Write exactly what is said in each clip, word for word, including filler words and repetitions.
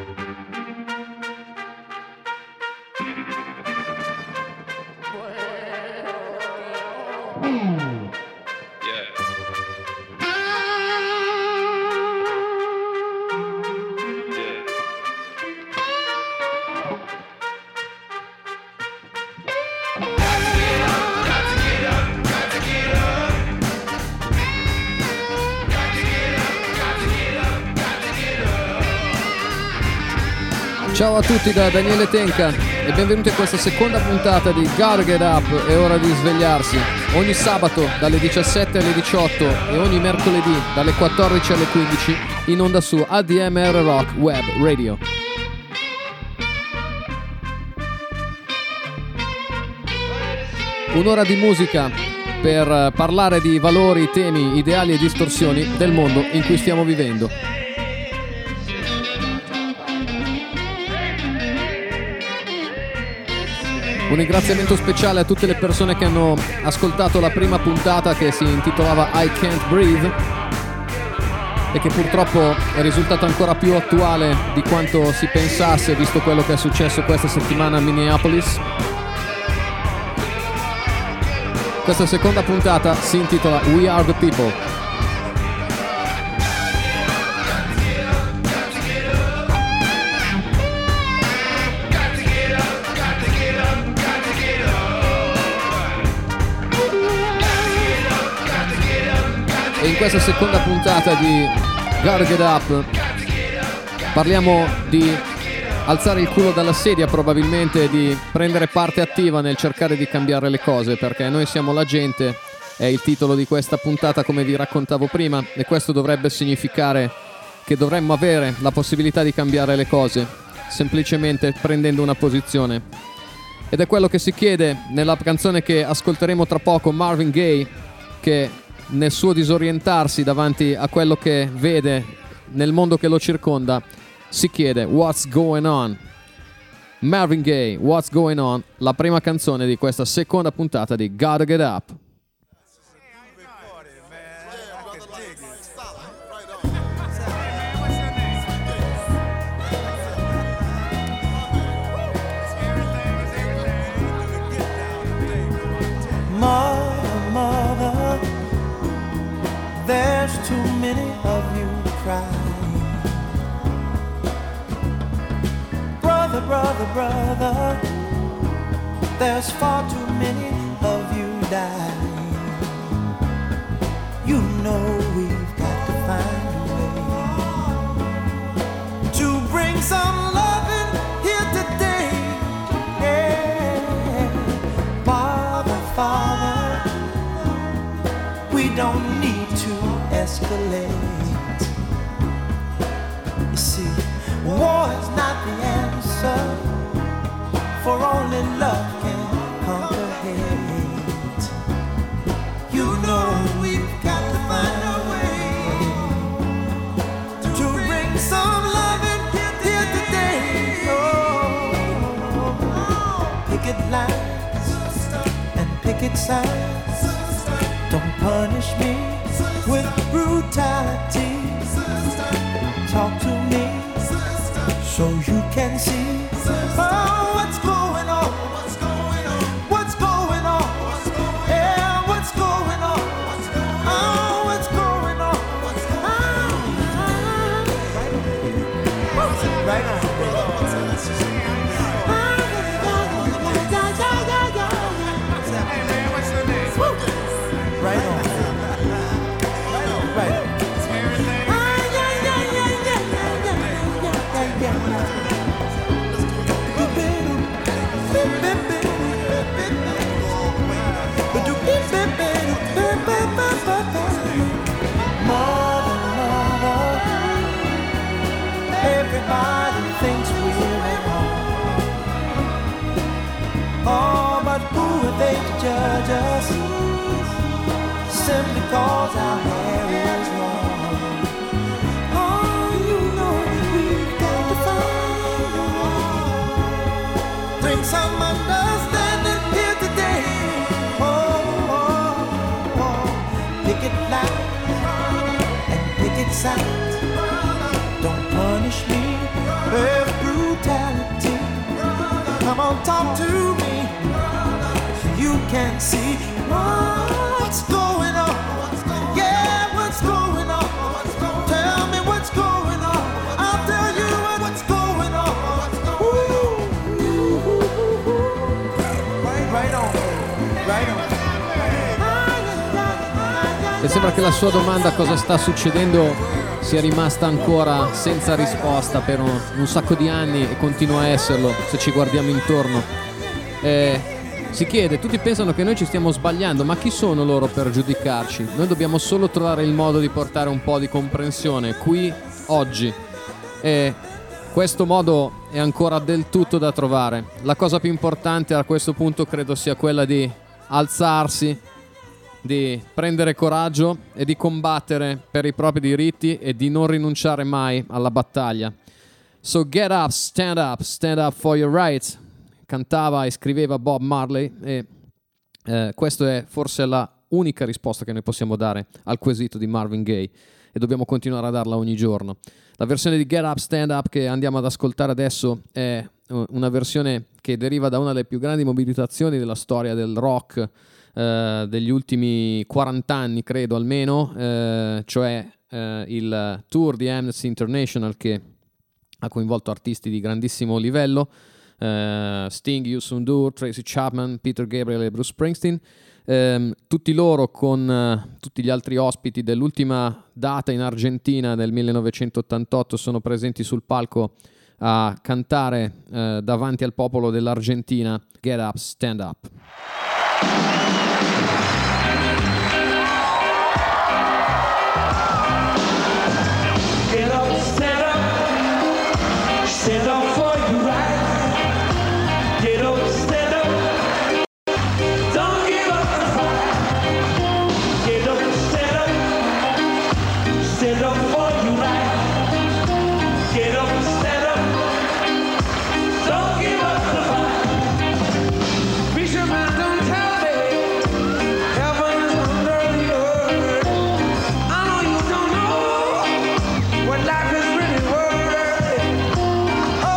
Ciao a tutti da Daniele Tenca e benvenuti a questa seconda puntata di Gotta Get Up, è ora di svegliarsi. Ogni sabato dalle diciassette alle diciotto e ogni mercoledì dalle quattordici alle quindici in onda su A D M R Rock Web Radio. Un'ora di musica per parlare di valori, temi, ideali e distorsioni del mondo in cui stiamo vivendo. Un ringraziamento speciale a tutte le persone che hanno ascoltato la prima puntata che si intitolava I Can't Breathe e che purtroppo è risultata ancora più attuale di quanto si pensasse, visto quello che è successo questa settimana a Minneapolis. Questa seconda puntata si intitola We Are the People. E in questa seconda puntata di Gotta Get Up parliamo di alzare il culo dalla sedia, probabilmente di prendere parte attiva nel cercare di cambiare le cose, perché noi siamo la gente, è il titolo di questa puntata come vi raccontavo prima, e questo dovrebbe significare che dovremmo avere la possibilità di cambiare le cose, semplicemente prendendo una posizione. Ed è quello che si chiede nella canzone che ascolteremo tra poco, Marvin Gaye, che nel suo disorientarsi davanti a quello che vede nel mondo che lo circonda si chiede What's Going On? Marvin Gaye, What's Going On? La prima canzone di questa seconda puntata di Gotta Get Up. Mother, mother, there's too many of you crying. Brother, brother, brother, there's far too many of you dying. You know we've got to find a way to bring some loving here today. Yeah. Father, Father, we don't need to escalate. You see, war is not the answer, for only love can conquer hate. You know we've got to find a way to bring some love in here today. Oh, picket lines and picket signs, don't punish me with brutality. Talk to me so you can see oh, what's going on. What's going on? Yeah, what's going on? Oh, what's going on? Ah, right on. Right on. Right. Mother, mother, everybody thinks to me. You can see what's going on. Yeah, what's going on? Tell me what's going on. I'll tell you what's going on. Ooh. Right on, right on. E sembra che la sua domanda cosa sta succedendo sia rimasta ancora senza risposta per un, un sacco di anni e continua a esserlo se ci guardiamo intorno. Eh, si chiede, tutti pensano che noi ci stiamo sbagliando, ma chi sono loro per giudicarci? Noi dobbiamo solo trovare il modo di portare un po' di comprensione qui, oggi. E questo modo è ancora del tutto da trovare. La cosa più importante a questo punto credo sia quella di alzarsi, di prendere coraggio e di combattere per i propri diritti e di non rinunciare mai alla battaglia. So get up, stand up, stand up for your rights, cantava e scriveva Bob Marley, e eh, questa è forse la unica risposta che noi possiamo dare al quesito di Marvin Gaye e dobbiamo continuare a darla ogni giorno. La versione di Get Up, Stand Up che andiamo ad ascoltare adesso è una versione che deriva da una delle più grandi mobilitazioni della storia del rock Uh, degli ultimi quaranta anni, credo almeno, uh, cioè uh, il tour di Amnesty International che ha coinvolto artisti di grandissimo livello, uh, Sting, Youssou N'Dour, Tracy Chapman, Peter Gabriel e Bruce Springsteen, um, tutti loro con uh, tutti gli altri ospiti dell'ultima data in Argentina del millenovecentottantotto sono presenti sul palco a cantare uh, davanti al popolo dell'Argentina Get Up, Stand Up. Stand up for your rights. Get up, stand up. Don't give up the fight. Get up, stand up. Stand up for your rights. Get up, stand up. Don't give up the fight. Fisherman, don't tell me heaven is under the earth. I know you don't know what life is really worth. Oh,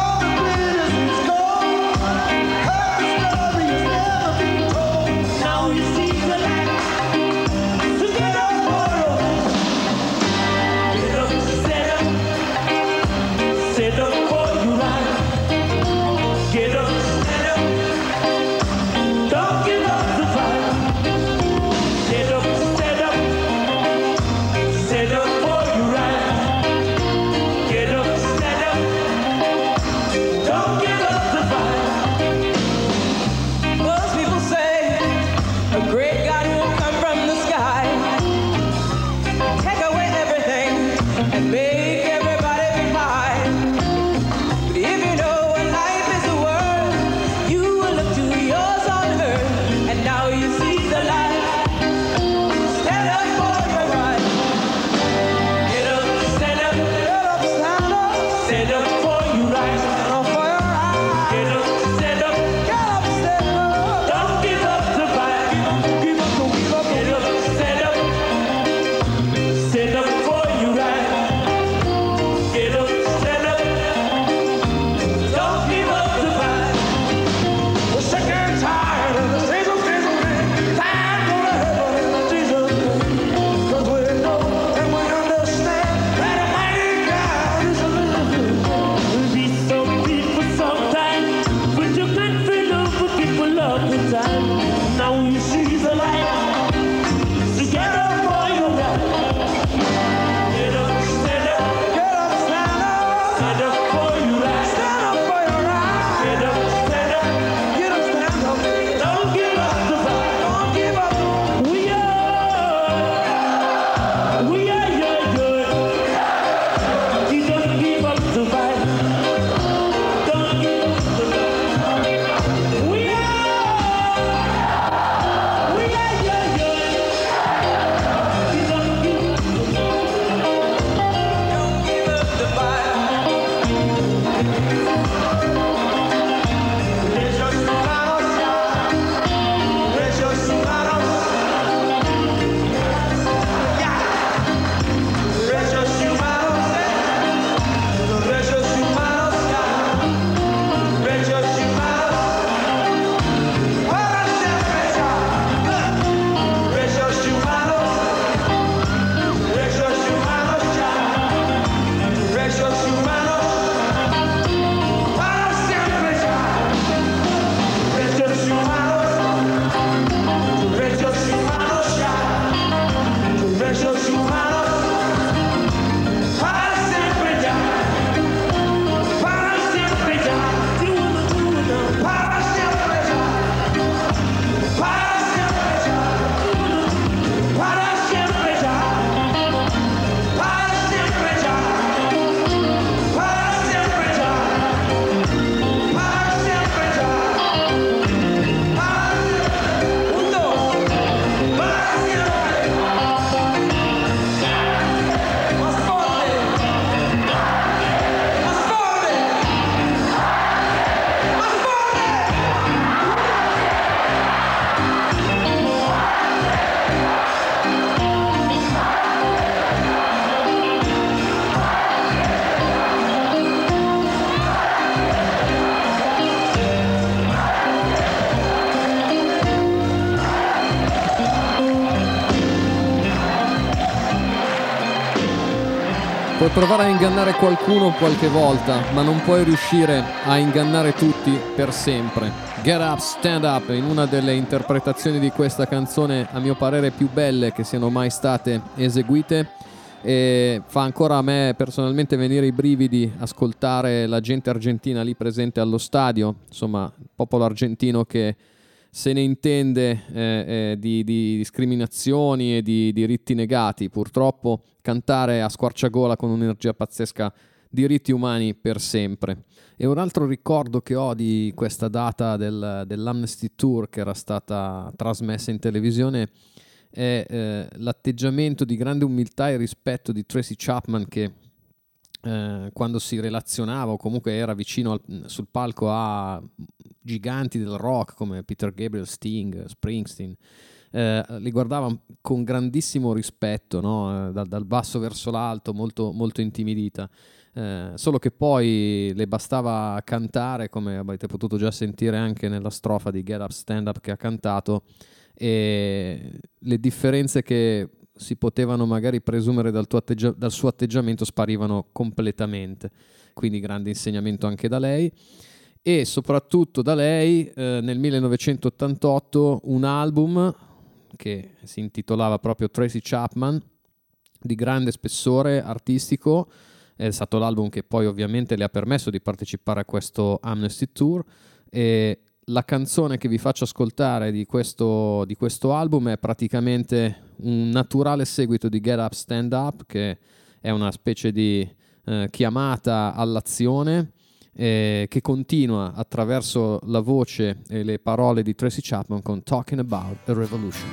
provare a ingannare qualcuno qualche volta, ma non puoi riuscire a ingannare tutti per sempre. Get Up, Stand Up, in una delle interpretazioni di questa canzone a mio parere più belle che siano mai state eseguite, e fa ancora a me personalmente venire i brividi ascoltare la gente argentina lì presente allo stadio, insomma il popolo argentino che se ne intende eh, eh, di, di discriminazioni e di diritti negati. Purtroppo cantare a squarciagola con un'energia pazzesca diritti umani per sempre. E un altro ricordo che ho di questa data del, dell'Amnesty Tour che era stata trasmessa in televisione è eh, l'atteggiamento di grande umiltà e rispetto di Tracy Chapman, che eh, quando si relazionava o comunque era vicino al, sul palco a giganti del rock come Peter Gabriel, Sting, Springsteen, eh, li guardava con grandissimo rispetto, no? dal, dal basso verso l'alto, molto, molto intimidita. Eh, solo che poi le bastava cantare, come avete potuto già sentire anche nella strofa di Get Up Stand Up che ha cantato, e le differenze che si potevano magari presumere dal, tuo atteggia- dal suo atteggiamento sparivano completamente. Quindi grande insegnamento anche da lei. E soprattutto da lei eh, nel millenovecentottantotto un album che si intitolava proprio Tracy Chapman, di grande spessore artistico. È stato l'album che poi ovviamente le ha permesso di partecipare a questo Amnesty Tour, e la canzone che vi faccio ascoltare di questo, di questo album è praticamente un naturale seguito di Get Up Stand Up, che è una specie di eh, chiamata all'azione eh, che continua attraverso la voce e le parole di Tracy Chapman con Talking About a Revolution.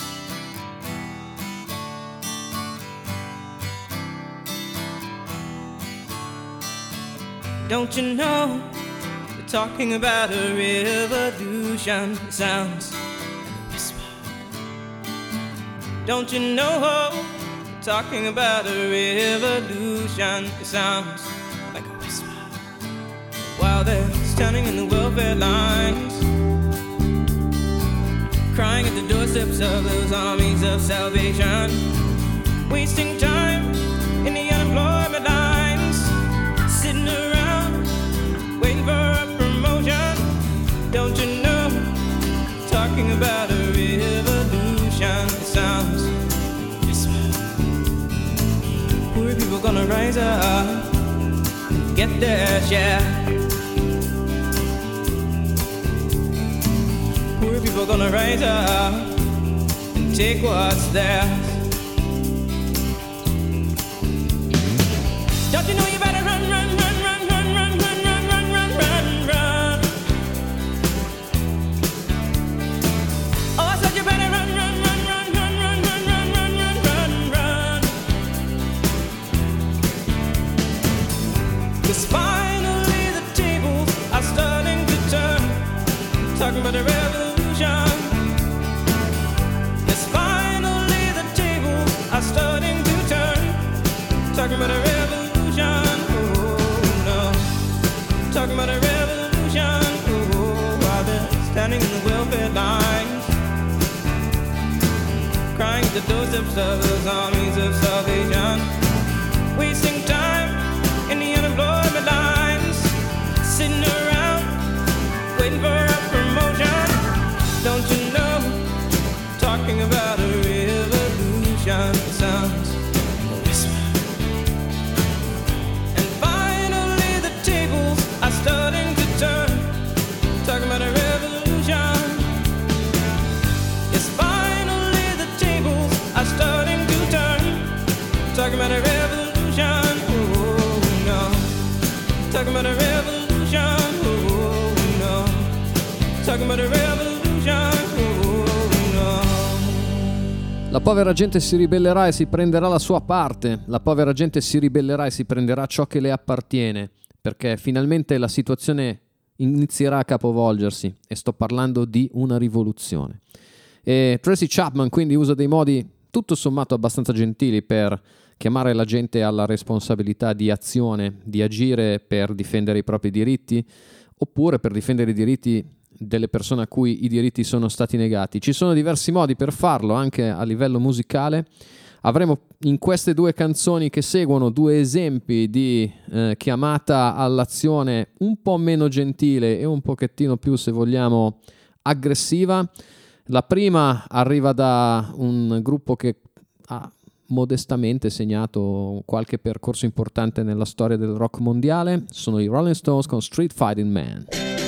Don't you know, they're talking about a revolution. It sounds like a whisper. Don't you know, they're talking about a revolution. It sounds like a whisper. While they're standing in the welfare lines, crying at the doorsteps of those armies of salvation, wasting time in the unemployment lines, sitting around waiting for a promotion. Don't you know, talking about a revolution. It sounds whisper. Poor people gonna rise up, get their share. Poor people gonna rise up and take what's theirs. Don't you know you better run, run, run, run, run, run, run, run, run, run, run, run. Oh, I said you better run, run, run, run, run, run, run, run, run, run, run, run. 'Cause finally the tables are starting to turn, talking about a revolution. 'Cause finally the tables are starting to turn, talking about a revolution. Oh no, talking about a revolution. Oh, while they're standing in the welfare lines, crying at the doorsteps of those armies of salvation, wasting time in the unemployment lines, sitting around waiting for a promotion. Don't you know, talking about a revolution. It sounds like a whisper. And finally the tables are starting to turn, talking about a revolution. Yes, finally the tables are starting to turn, talking about a revolution. Oh no, talking about a revolution. Oh no, talking about a revolution. La povera gente si ribellerà e si prenderà la sua parte, la povera gente si ribellerà e si prenderà ciò che le appartiene, perché finalmente la situazione inizierà a capovolgersi, e sto parlando di una rivoluzione. E Tracy Chapman quindi usa dei modi tutto sommato abbastanza gentili per chiamare la gente alla responsabilità di azione, di agire per difendere i propri diritti, oppure per difendere i diritti delle persone a cui i diritti sono stati negati. Ci sono diversi modi per farlo, anche a livello musicale. Avremo in queste due canzoni che seguono due esempi di eh, chiamata all'azione un po' meno gentile e un pochettino più, se vogliamo, aggressiva. La prima arriva da un gruppo che ha modestamente segnato qualche percorso importante nella storia del rock mondiale. Sono i Rolling Stones con Street Fighting Man.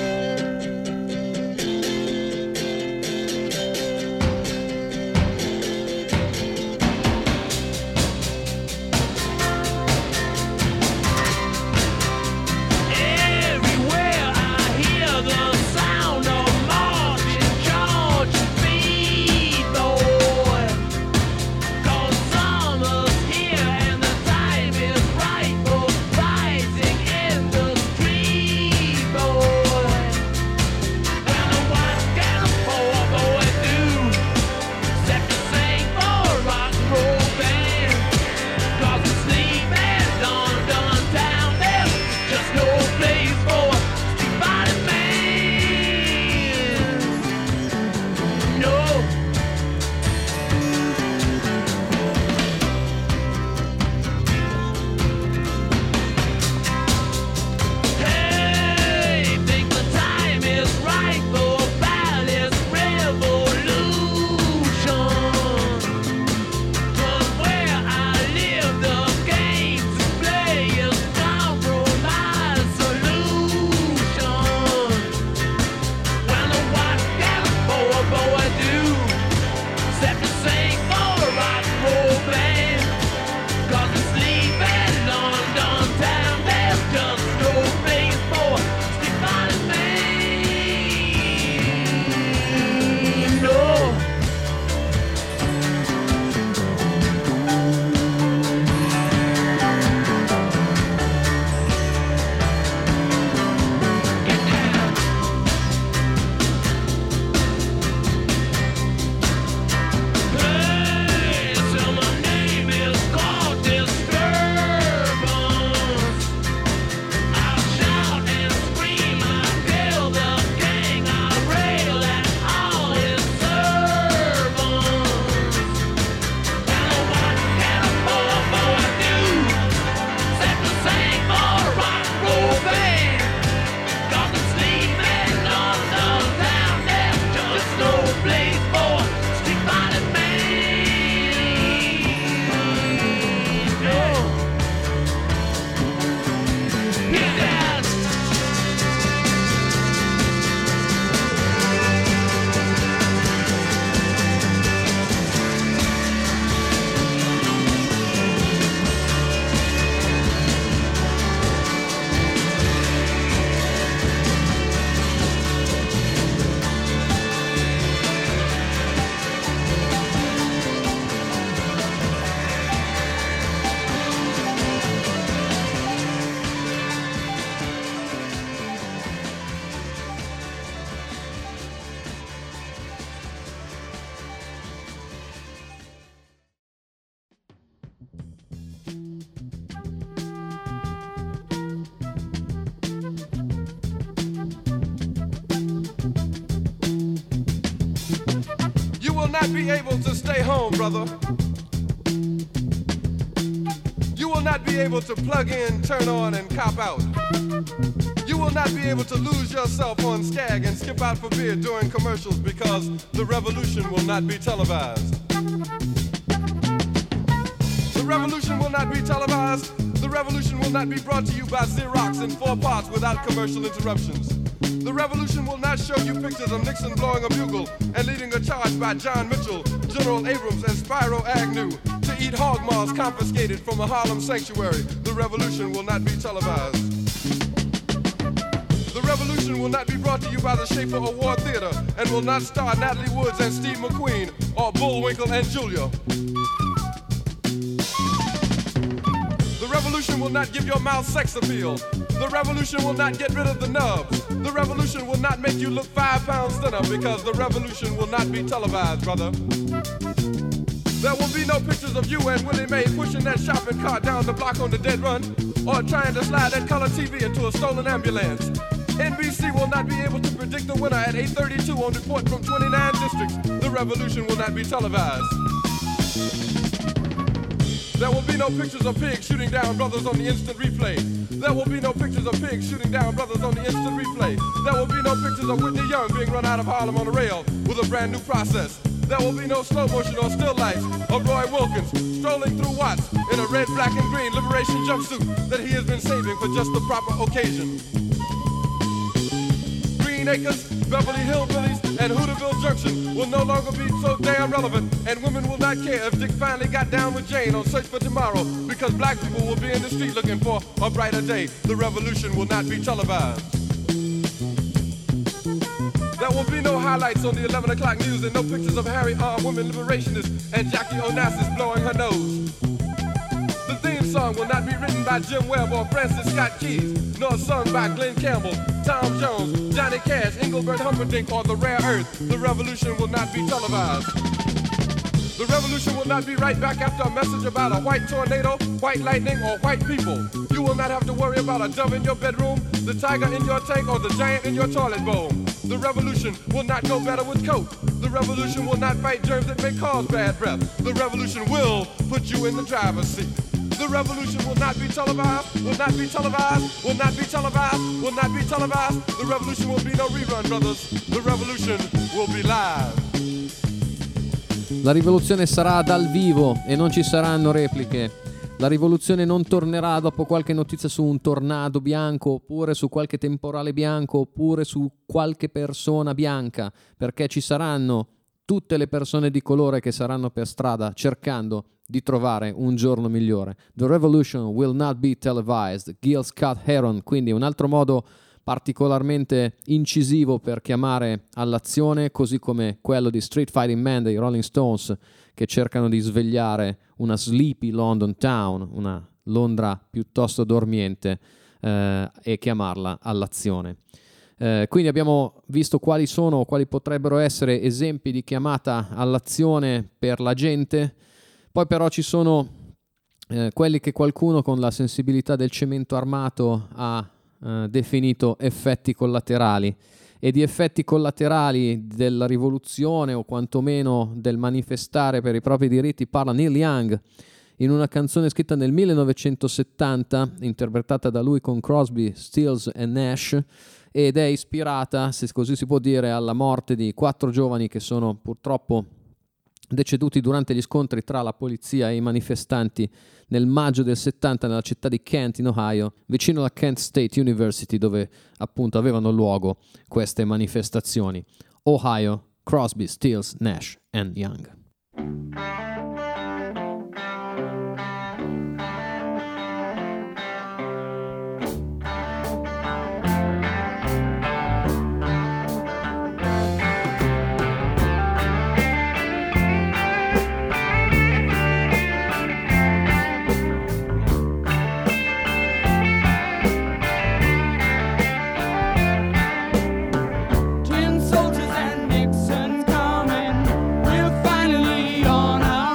not be able to stay home, brother. You will not be able to plug in, turn on, and cop out. You will not be able to lose yourself on Skag and skip out for beer during commercials because the revolution will not be televised. The revolution will not be televised. The revolution will not be brought to you by Xerox in four parts without commercial interruptions. The revolution will not show you pictures of Nixon blowing a bugle and leading a charge by John Mitchell, General Abrams, and Spyro Agnew to eat hog maws confiscated from a Harlem sanctuary. The revolution will not be televised. The revolution will not be brought to you by the Schaefer Award Theater and will not star Natalie Woods and Steve McQueen or Bullwinkle and Julia. The revolution will not give your mouth sex appeal. The revolution will not get rid of the nubs. The revolution will not make you look five pounds thinner because the revolution will not be televised, brother. There will be no pictures of you and Willie Mae pushing that shopping cart down the block on the dead run or trying to slide that color T V into a stolen ambulance. N B C will not be able to predict the winner at eight thirty-two on report from twenty-nine districts. The revolution will not be televised. There will be no pictures of pigs shooting down brothers on the instant replay. There will be no pictures of pigs shooting down brothers on the instant replay. There will be no pictures of Whitney Young being run out of Harlem on a rail with a brand new process. There will be no slow motion or still lights of Roy Wilkins strolling through Watts in a red, black, and green liberation jumpsuit that he has been saving for just the proper occasion. Green Acres, Beverly Hillbillies, and Hooterville Junction will no longer be so damn relevant, and women will not care if Dick finally got down with Jane on Search for Tomorrow, because black people will be in the street looking for a brighter day. The revolution will not be televised. There will be no highlights on the eleven o'clock news and no pictures of Harry armed women liberationists and Jackie Onassis blowing her nose. The theme song will not be written by Jim Webb or Francis Scott Keys, nor sung by Glenn Campbell, Tom Jones, Johnny Cash, Engelbert Humperdinck, or The Rare Earth. The revolution will not be televised. The revolution will not be right back after a message about a white tornado, white lightning, or white people. You will not have to worry about a dove in your bedroom, the tiger in your tank, or the giant in your toilet bowl. The revolution will not go better with coke. The revolution will not fight germs that may cause bad breath. The revolution will put you in the driver's seat. The revolution will not be televised, will not be televised, will not be televised, will not be televised. The revolution will be no rerun, brothers. The revolution will be live. La rivoluzione sarà dal vivo e non ci saranno repliche. La rivoluzione non tornerà dopo qualche notizia su un tornado bianco, oppure su qualche temporale bianco, oppure su qualche persona bianca, perché ci saranno tutte le persone di colore che saranno per strada cercando di trovare un giorno migliore. The revolution will not be televised. Gil Scott Heron, quindi un altro modo particolarmente incisivo per chiamare all'azione, così come quello di Street Fighting Man dei Rolling Stones, che cercano di svegliare una sleepy London town, una Londra piuttosto dormiente, eh, e chiamarla all'azione. Eh, quindi abbiamo visto quali sono, quali potrebbero essere esempi di chiamata all'azione per la gente. Poi però ci sono eh, quelli che qualcuno con la sensibilità del cemento armato ha eh, definito effetti collaterali, e di effetti collaterali della rivoluzione, o quantomeno del manifestare per i propri diritti, parla Neil Young in una canzone scritta nel millenovecentosettanta, interpretata da lui con Crosby, Stills e Nash, ed è ispirata, se così si può dire, alla morte di quattro giovani che sono purtroppo deceduti durante gli scontri tra la polizia e i manifestanti nel maggio del settanta nella città di Kent in Ohio, vicino alla Kent State University, dove appunto avevano luogo queste manifestazioni. Ohio, Crosby, Stills, Nash and Young. Tin soldiers and Nixons coming, we're finally on our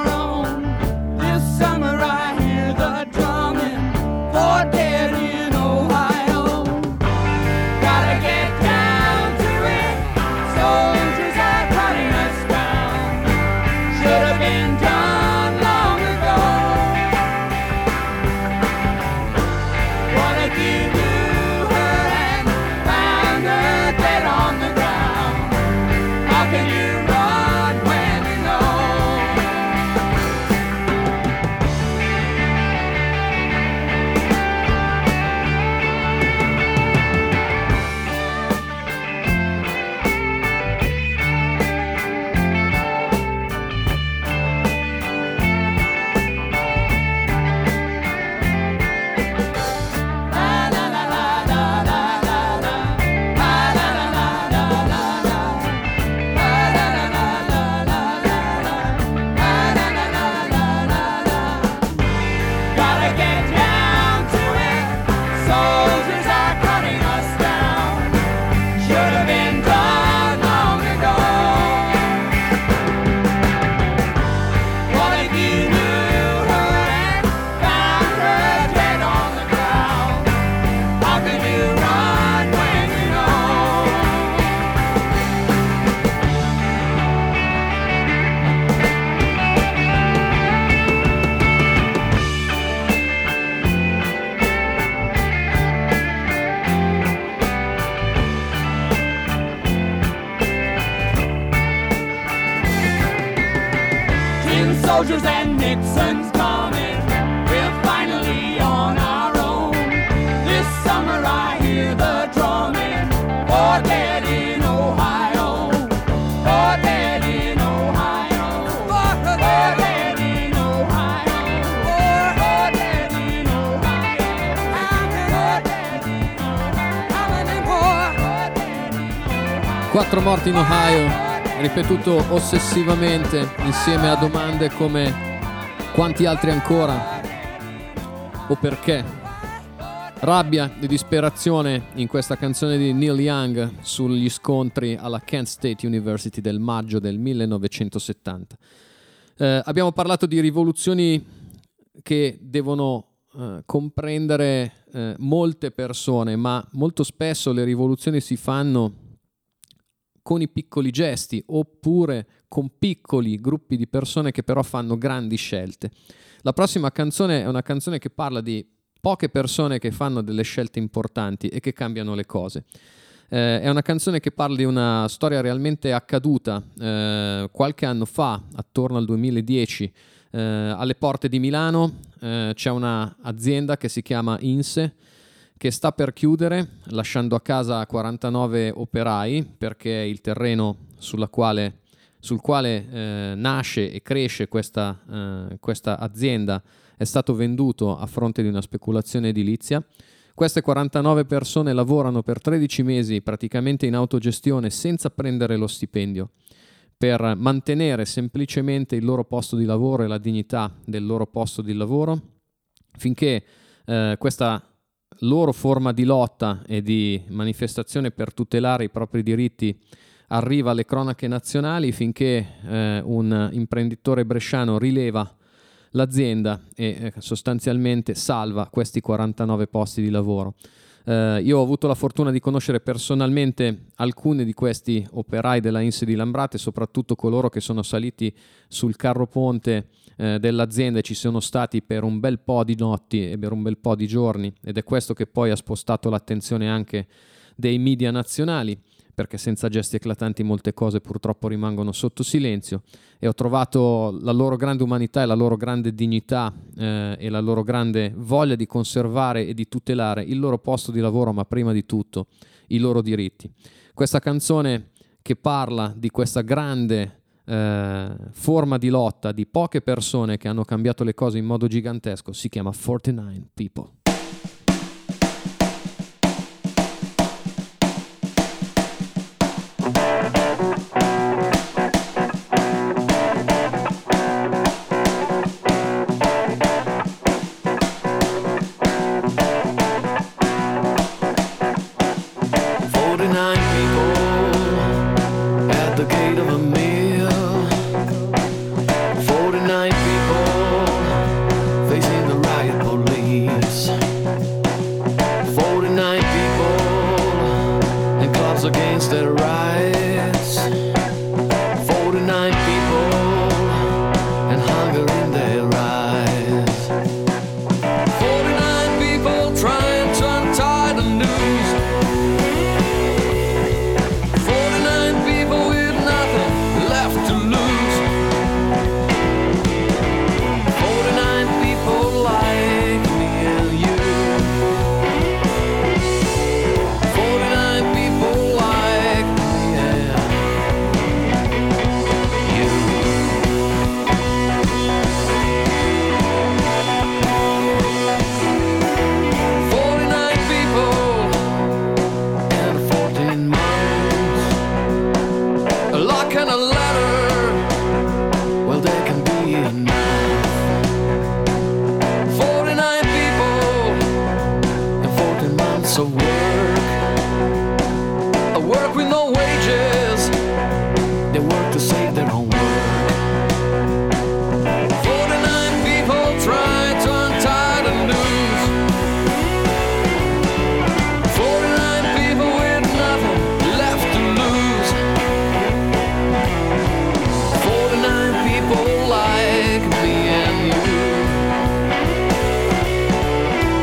soldiers and Nixon's coming. We're finally on our own. This summer I hear the drumming. Oh, dead in Ohio. Oh, dead in Ohio. Oh, dead in Ohio. Oh, dead in Ohio. Oh, dead in Ohio. Quattro morti in Ohio, ripetuto ossessivamente insieme a domande come quanti altri ancora o perché. Rabbia e disperazione in questa canzone di Neil Young sugli scontri alla Kent State University del maggio del millenovecentosettanta. Eh, abbiamo parlato di rivoluzioni che devono eh, comprendere eh, molte persone, ma molto spesso le rivoluzioni si fanno con i piccoli gesti oppure con piccoli gruppi di persone che però fanno grandi scelte. La prossima canzone è una canzone che parla di poche persone che fanno delle scelte importanti e che cambiano le cose. Eh, è una canzone che parla di una storia realmente accaduta eh, qualche anno fa, attorno al duemiladieci, eh, alle porte di Milano. Eh, c'è un'azienda che si chiama INSE che sta per chiudere, lasciando a casa quarantanove operai, perché il terreno sulla quale, sul quale eh, nasce e cresce questa, eh, questa azienda è stato venduto a fronte di una speculazione edilizia. Queste quarantanove persone lavorano per tredici mesi praticamente in autogestione senza prendere lo stipendio, per mantenere semplicemente il loro posto di lavoro e la dignità del loro posto di lavoro, finché eh, questa loro forma di lotta e di manifestazione per tutelare i propri diritti arriva alle cronache nazionali, finché eh, un imprenditore bresciano rileva l'azienda e eh, sostanzialmente salva questi quarantanove posti di lavoro. Eh, io ho avuto la fortuna di conoscere personalmente alcuni di questi operai della INSE di Lambrate, soprattutto coloro che sono saliti sul carro ponte eh, dell'azienda e ci sono stati per un bel po' di notti e per un bel po' di giorni, ed è questo che poi ha spostato l'attenzione anche dei media nazionali, perché senza gesti eclatanti molte cose purtroppo rimangono sotto silenzio, e ho trovato la loro grande umanità e la loro grande dignità eh, e la loro grande voglia di conservare e di tutelare il loro posto di lavoro, ma prima di tutto i loro diritti. Questa canzone che parla di questa grande eh, forma di lotta di poche persone che hanno cambiato le cose in modo gigantesco si chiama forty-nine People.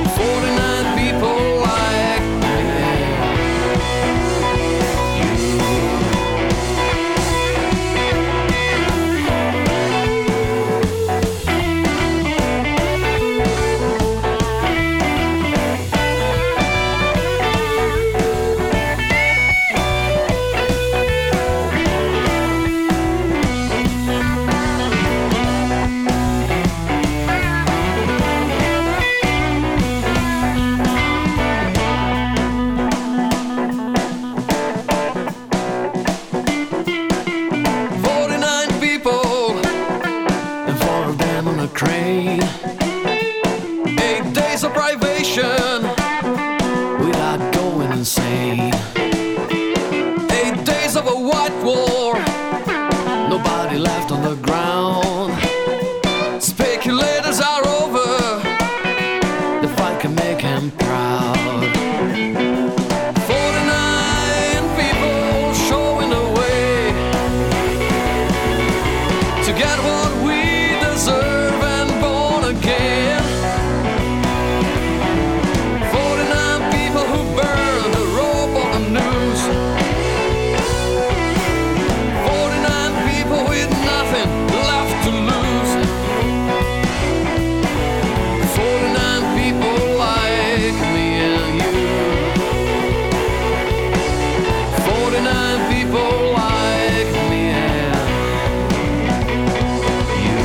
You insane. Eight days of a white war, nobody left on the ground. Speculators are over, the fight can make him proud. Forty-nine people showing the way to get what we deserve and born again. Forty-nine people who burn the rope on the news. Forty-nine people with nothing left to lose. Forty-nine people like me and you. Forty-nine people like me and you.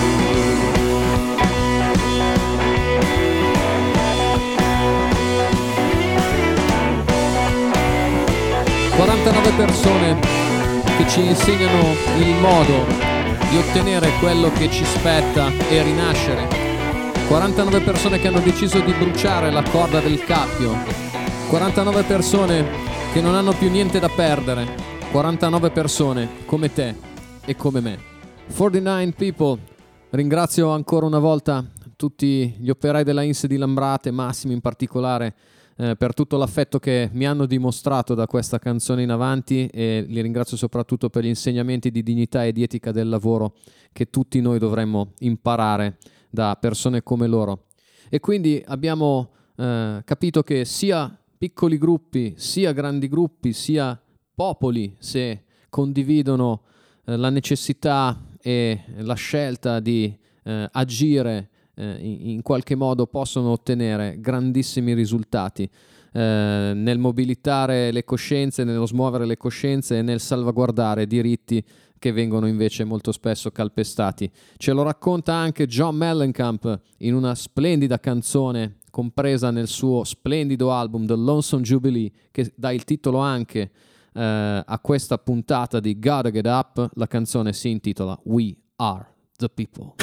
quarantanove persone che ci insegnano il modo di ottenere quello che ci spetta e rinascere. quarantanove persone che hanno deciso di bruciare la corda del cappio. quarantanove persone che non hanno più niente da perdere. quarantanove persone come te e come me. quarantanove people. Ringrazio ancora una volta tutti gli operai della I N S S di Lambrate, Massimo in particolare, eh, per tutto l'affetto che mi hanno dimostrato da questa canzone in avanti, e li ringrazio soprattutto per gli insegnamenti di dignità e di etica del lavoro che tutti noi dovremmo imparare da persone come loro. E quindi abbiamo eh, capito che sia piccoli gruppi, sia grandi gruppi, sia popoli, se condividono eh, la necessità e la scelta di eh, agire eh, in, in qualche modo, possono ottenere grandissimi risultati eh, nel mobilitare le coscienze, nello smuovere le coscienze e nel salvaguardare diritti che vengono invece molto spesso calpestati. Ce lo racconta anche John Mellencamp in una splendida canzone compresa nel suo splendido album The Lonesome Jubilee, che dà il titolo anche eh, a questa puntata di Gotta Get Up. La canzone si intitola We Are the People.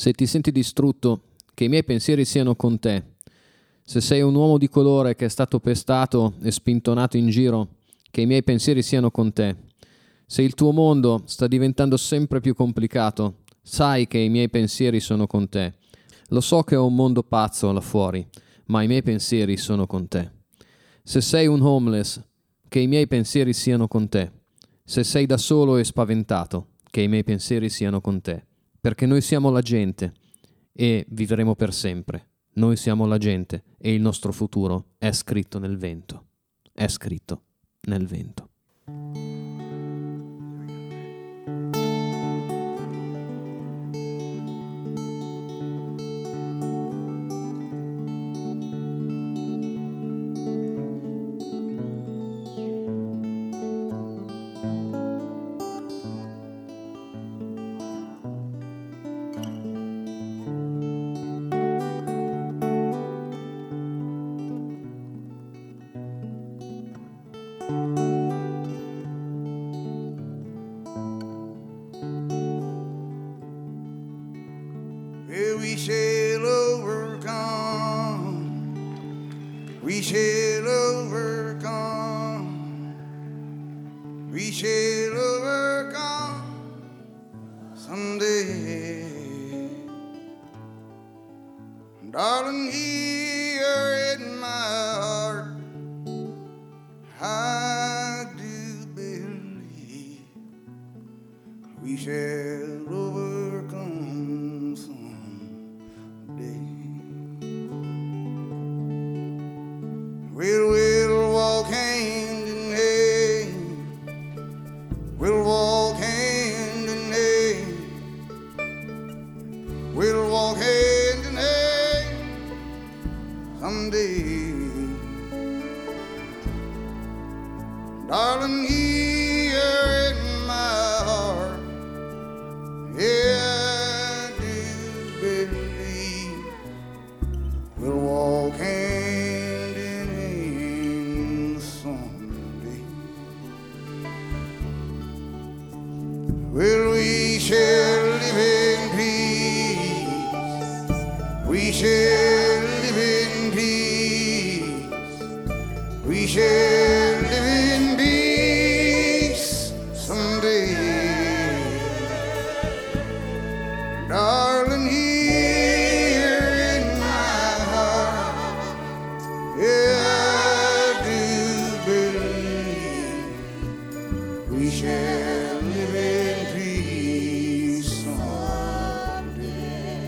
Se ti senti distrutto, che i miei pensieri siano con te. Se sei un uomo di colore che è stato pestato e spintonato in giro, che i miei pensieri siano con te. Se il tuo mondo sta diventando sempre più complicato, sai che i miei pensieri sono con te. Lo so che ho un mondo pazzo là fuori, ma i miei pensieri sono con te. Se sei un homeless, che i miei pensieri siano con te. Se sei da solo e spaventato, che i miei pensieri siano con te. Perché noi siamo la gente e vivremo per sempre. Noi siamo la gente e il nostro futuro è scritto nel vento. È scritto nel vento. Well, we shall overcome. We shall overcome. We shall overcome someday. Darling, here in my heart, I do believe we shall overcome someday. We'll, we'll walk hand in hand. We'll walk hand in hand. We'll walk hand in hand someday. Darling, here in my heart, yeah, I do believe we'll walk hand in hand someday. Well, we shall live in peace. We shall live in peace. We shall live in peace someday. Darling, here in my heart, yeah, I do believe we shall live in peace someday.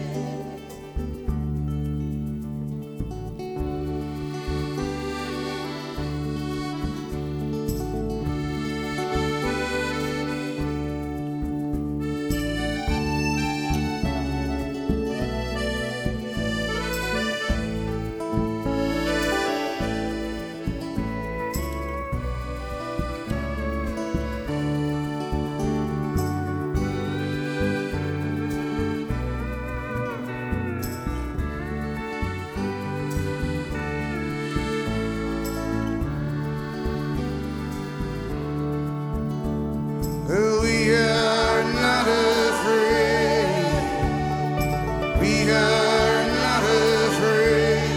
Well, we are not afraid. We are not afraid.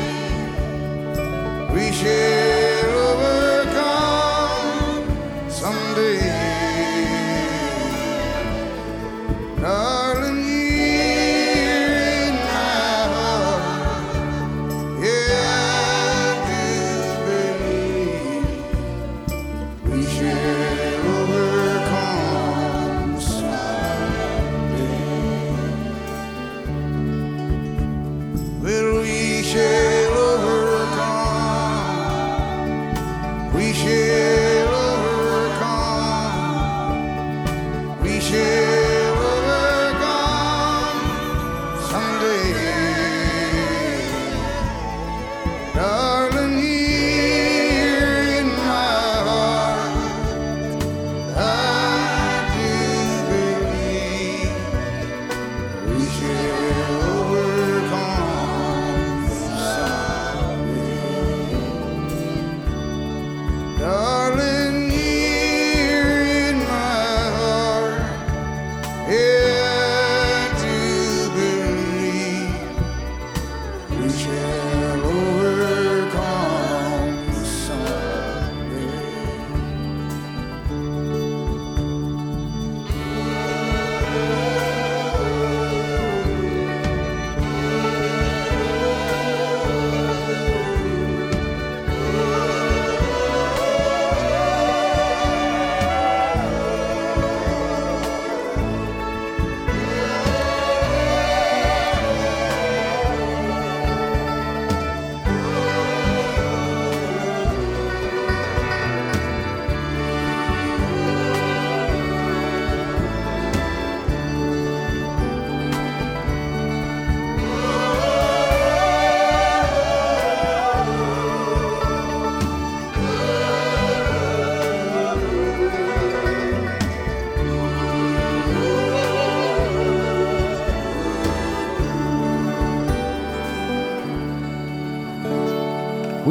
We shall overcome someday. Darling, here in my heart, yeah, I do believe we shall overcome someday. Well, we shall overcome.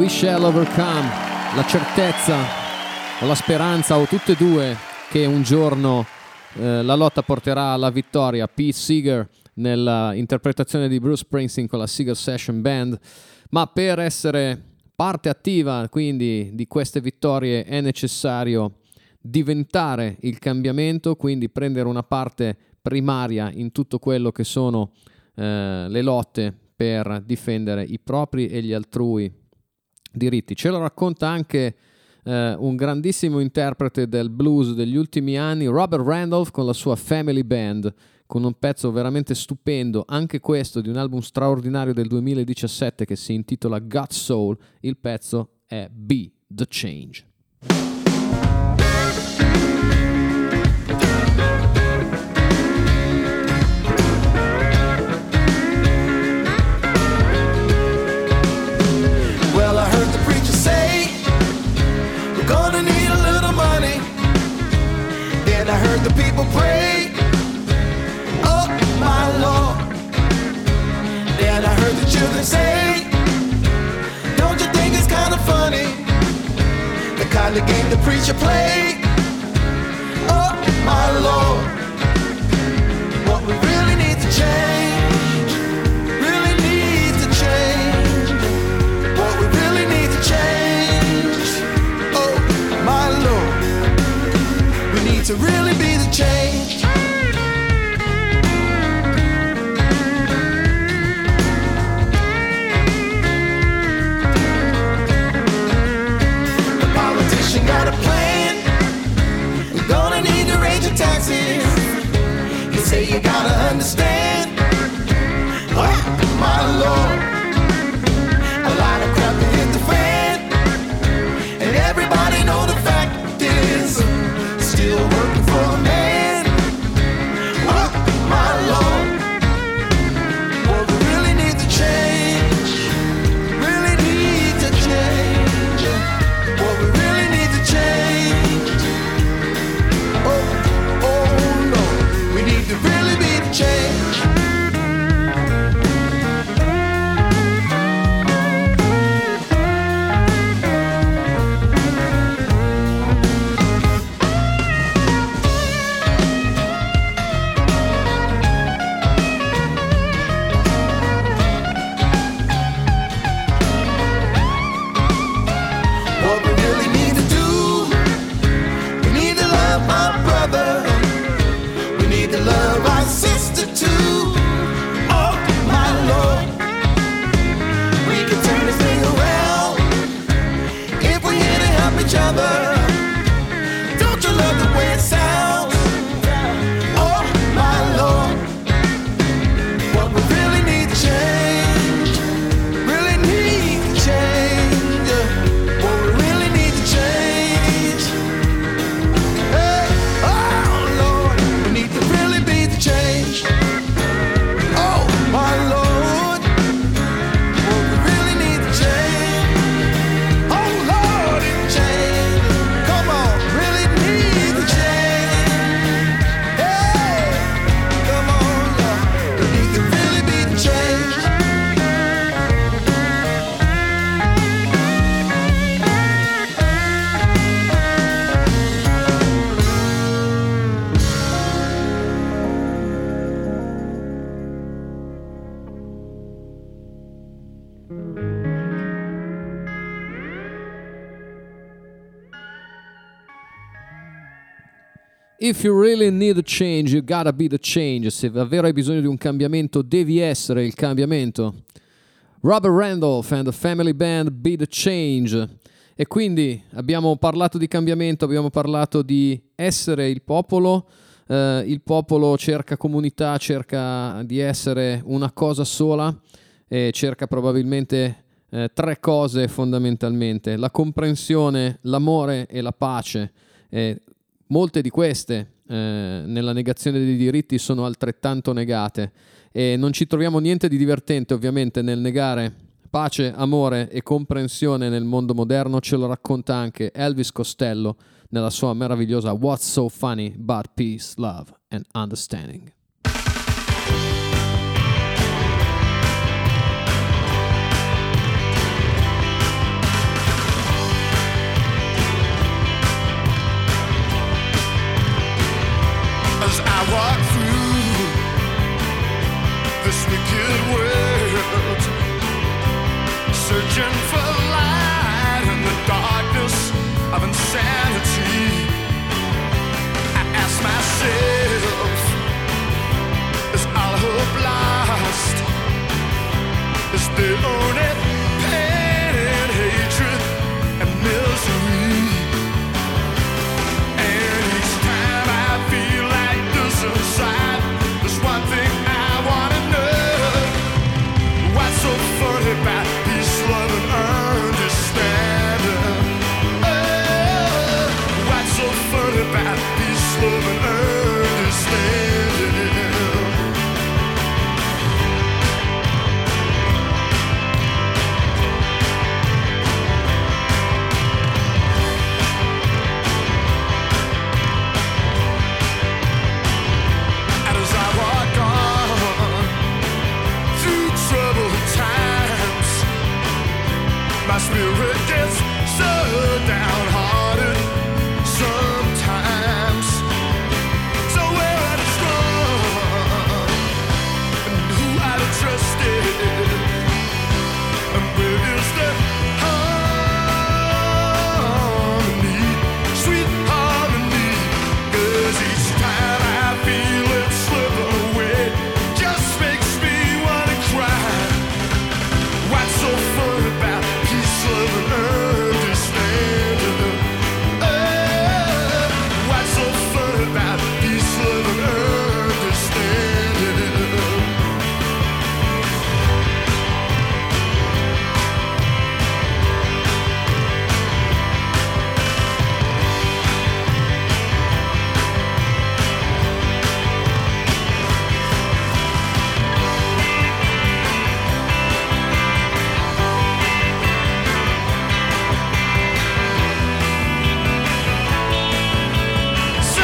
shall overcome, la certezza o la speranza o tutte e due che un giorno eh, la lotta porterà alla vittoria. Pete Seeger nella interpretazione di Bruce Springsteen con la Seeger Session Band. Ma per essere parte attiva quindi di queste vittorie è necessario diventare il cambiamento, quindi prendere una parte primaria in tutto quello che sono eh, le lotte per difendere i propri e gli altrui diritti. Ce lo racconta anche eh, un grandissimo interprete del blues degli ultimi anni, Robert Randolph, con la sua Family Band, con un pezzo veramente stupendo, anche questo di un album straordinario del duemiladiciassette che si intitola Got Soul. Il pezzo è Be the Change. Well, I heard the preacher say we're gonna need a little money. Then I heard the people pray, oh my Lord. Then I heard the children say, don't you think it's kind of funny, the kind of game the preacher played? Oh my Lord. What we really need to change, really need to change. What we really need to change, oh my Lord. We need to really be the change. The politician got a plan. We're gonna need to raise your taxes. You say you gotta understand, oh my Lord. A lot of crap to hit the fan, and everybody know the fact is still working for a man. Oh my Lord. What we really need to change, really need to change. What we really need to change, oh, oh Lord. We need to really be the change. What we really need to do, we need to love my brother, we need to love our sister too. Oh my Lord, we can turn this thing around if we're here to help each other. Don't you love the way it sounds? Oh my Lord. What we really need to change, really need to change. What we really need to change, hey, oh Lord. We need to really be the change, oh my Lord. What we really need to change, oh Lord, it change. Come on, really need to change, hey, come on, Lord. We need to really be the change. If you really need a change, you gotta be the change. Se davvero hai bisogno di un cambiamento, devi essere il cambiamento. Robert Randolph and the Family Band, Be the Change. E quindi abbiamo parlato di cambiamento, abbiamo parlato di essere il popolo. Eh, il popolo cerca comunità, cerca di essere una cosa sola e cerca probabilmente eh, tre cose fondamentalmente: la comprensione, l'amore e la pace. Eh, molte di queste eh, nella negazione dei diritti sono altrettanto negate, e non ci troviamo niente di divertente ovviamente nel negare pace, amore e comprensione nel mondo moderno. Ce lo racconta anche Elvis Costello nella sua meravigliosa What's So Funny About Peace, Love and Understanding. spirit gets so downhearted sometimes. So where I'd have strong and who I'd have trusted, and where is the harmony, sweet harmony? 'Cause each time I feel it slip away, just makes me wanna cry. What's so fun about peace, love, and understanding? Oh, what's so fun about peace, love, and understanding? So,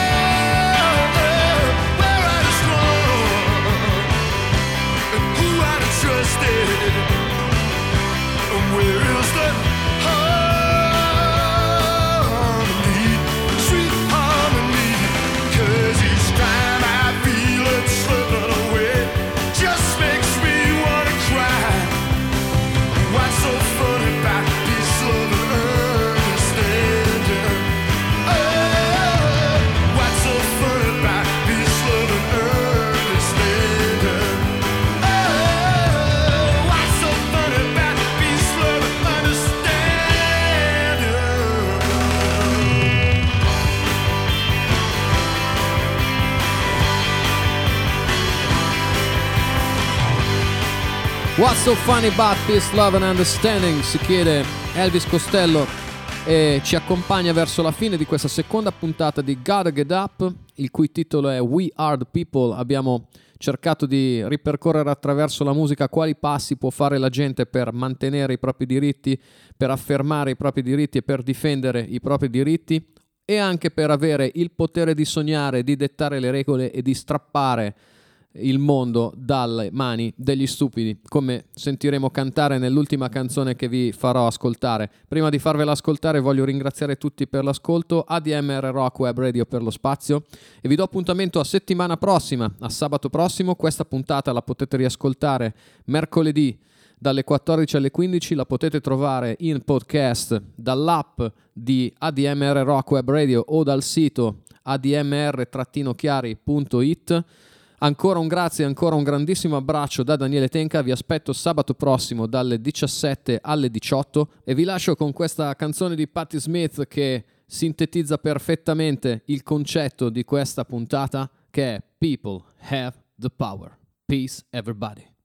where I'd have strong and who I'd have trusted, and where is the harmony, sweet harmony? 'Cause each time I feel it slipping away, just makes me wanna cry. What's so fun about peace, love, and understanding? Oh, what's so fun about peace, love, and understanding? Oh, what's so fun about peace, love, and understanding? What's so funny about peace, love and understanding? Si chiede Elvis Costello e ci accompagna verso la fine di questa seconda puntata di Gotta Get Up, il cui titolo è We Are the People. Abbiamo cercato di ripercorrere attraverso la musica quali passi può fare la gente per mantenere i propri diritti, per affermare i propri diritti e per difendere i propri diritti, e anche per avere il potere di sognare, di dettare le regole e di strappare il mondo dalle mani degli stupidi, come sentiremo cantare nell'ultima canzone che vi farò ascoltare. Prima di farvela ascoltare voglio ringraziare tutti per l'ascolto, A D M R Rock Web Radio per lo spazio, e vi do appuntamento a settimana prossima, a sabato prossimo. Questa puntata la potete riascoltare mercoledì dalle quattordici alle quindici, la potete trovare in podcast dall'app di A D M R Rock Web Radio o dal sito a d m r chiari punto i t. Ancora un grazie, ancora un grandissimo abbraccio da Daniele Tenca. Vi aspetto sabato prossimo dalle diciassette alle diciotto e vi lascio con questa canzone di Patti Smith che sintetizza perfettamente il concetto di questa puntata, che è People Have the Power. Peace everybody.